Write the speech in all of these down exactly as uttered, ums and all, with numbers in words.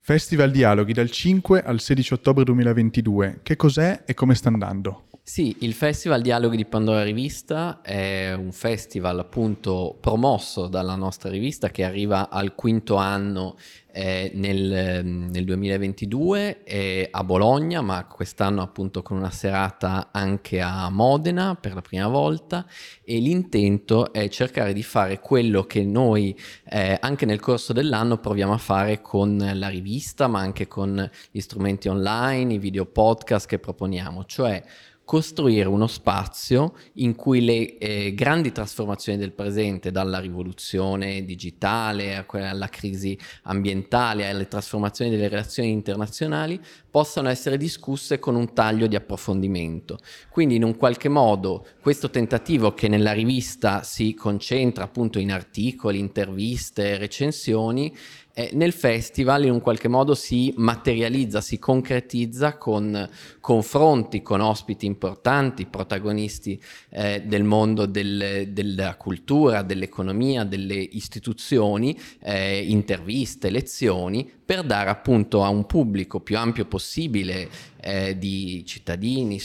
Festival Dialoghi dal cinque al sedici ottobre duemilaventidue. Che cos'è e come sta andando? Sì, il Festival Dialoghi di Pandora Rivista è un festival appunto promosso dalla nostra rivista che arriva al quinto anno eh, nel, nel duemilaventidue eh, a Bologna, ma quest'anno appunto con una serata anche a Modena per la prima volta, e l'intento è cercare di fare quello che noi eh, anche nel corso dell'anno proviamo a fare con la rivista, ma anche con gli strumenti online, i video podcast che proponiamo, cioè costruire uno spazio in cui le eh, grandi trasformazioni del presente, dalla rivoluzione digitale a quella, alla crisi ambientale, alle trasformazioni delle relazioni internazionali, possano essere discusse con un taglio di approfondimento. Quindi in un qualche modo questo tentativo, che nella rivista si concentra appunto in articoli, interviste, recensioni, Eh, nel festival in un qualche modo si materializza, si concretizza con confronti con ospiti importanti, protagonisti eh, del mondo del, della cultura, dell'economia, delle istituzioni, eh, interviste, lezioni, per dare appunto a un pubblico più ampio possibile eh, di cittadini,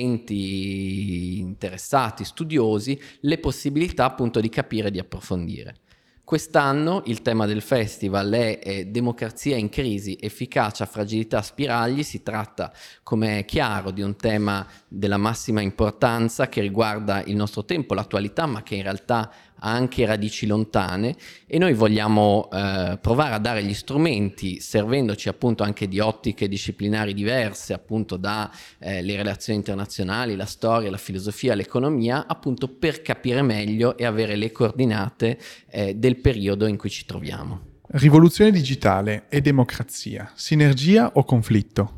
studenti, interessati, studiosi, le possibilità appunto di capire e di approfondire. Quest'anno il tema del festival è, è democrazia in crisi, efficacia, fragilità, spiragli. Si tratta, come è chiaro, di un tema della massima importanza che riguarda il nostro tempo, l'attualità, ma che in realtà ha anche radici lontane, e noi vogliamo eh, provare a dare gli strumenti, servendoci appunto anche di ottiche disciplinari diverse, appunto da eh, le relazioni internazionali, la storia, la filosofia, l'economia, appunto per capire meglio e avere le coordinate eh, del periodo in cui ci troviamo. Rivoluzione digitale e democrazia, sinergia o conflitto?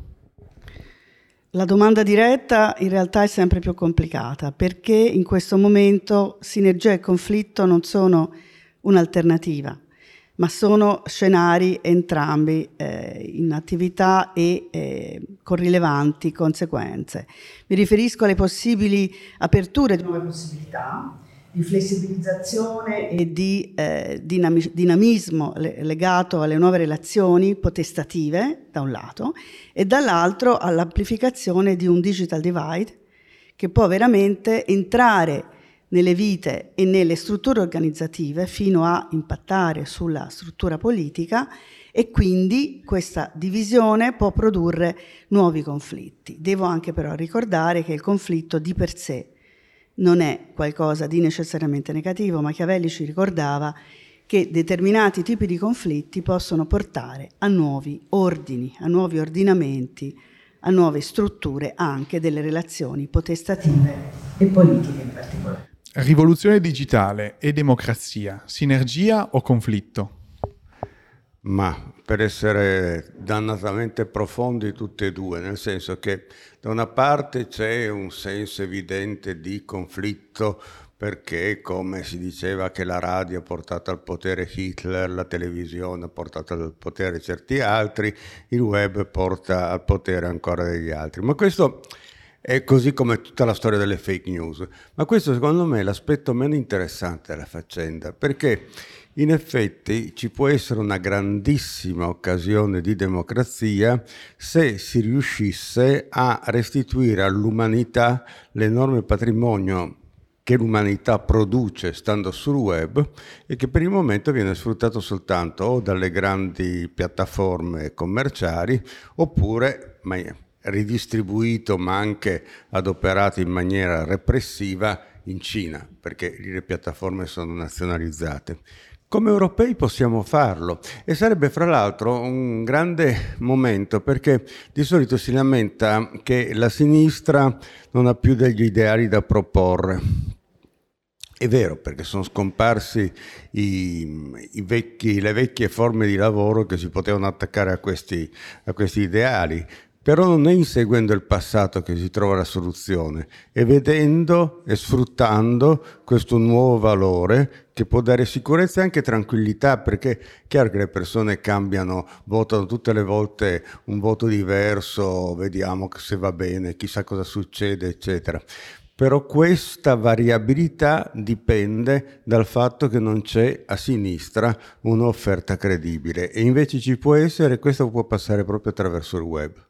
La domanda diretta in realtà è sempre più complicata, perché in questo momento sinergia e conflitto non sono un'alternativa, ma sono scenari entrambi eh, in attività e eh, con rilevanti conseguenze. Mi riferisco alle possibili aperture di nuove possibilità, di flessibilizzazione e di eh, dinami- dinamismo le- legato alle nuove relazioni potestative, da un lato, e dall'altro all'amplificazione di un digital divide che può veramente entrare nelle vite e nelle strutture organizzative fino a impattare sulla struttura politica, e quindi questa divisione può produrre nuovi conflitti. Devo anche però ricordare che il conflitto di per sé non è qualcosa di necessariamente negativo. Machiavelli ci ricordava che determinati tipi di conflitti possono portare a nuovi ordini, a nuovi ordinamenti, a nuove strutture anche delle relazioni potestative e politiche in particolare. Rivoluzione digitale e democrazia, sinergia o conflitto? Ma per essere dannatamente profondi tutte e due, nel senso che da una parte c'è un senso evidente di conflitto, perché, come si diceva, che la radio ha portato al potere Hitler, la televisione ha portato al potere certi altri, il web porta al potere ancora degli altri. Ma questo è così come tutta la storia delle fake news. Ma questo secondo me è l'aspetto meno interessante della faccenda, perché in effetti ci può essere una grandissima occasione di democrazia se si riuscisse a restituire all'umanità l'enorme patrimonio che l'umanità produce stando sul web e che per il momento viene sfruttato soltanto o dalle grandi piattaforme commerciali, oppure ma ridistribuito ma anche adoperato in maniera repressiva in Cina, perché le piattaforme sono nazionalizzate. Come europei possiamo farlo, e sarebbe fra l'altro un grande momento, perché di solito si lamenta che la sinistra non ha più degli ideali da proporre. È vero, perché sono scomparsi i, i vecchi, le vecchie forme di lavoro che si potevano attaccare a questi, a questi ideali. Però non è inseguendo il passato che si trova la soluzione, è vedendo e sfruttando questo nuovo valore che può dare sicurezza e anche tranquillità, perché è chiaro che le persone cambiano, votano tutte le volte un voto diverso, vediamo se va bene, chissà cosa succede, eccetera. Però questa variabilità dipende dal fatto che non c'è a sinistra un'offerta credibile, e invece ci può essere, e questo può passare proprio attraverso il web.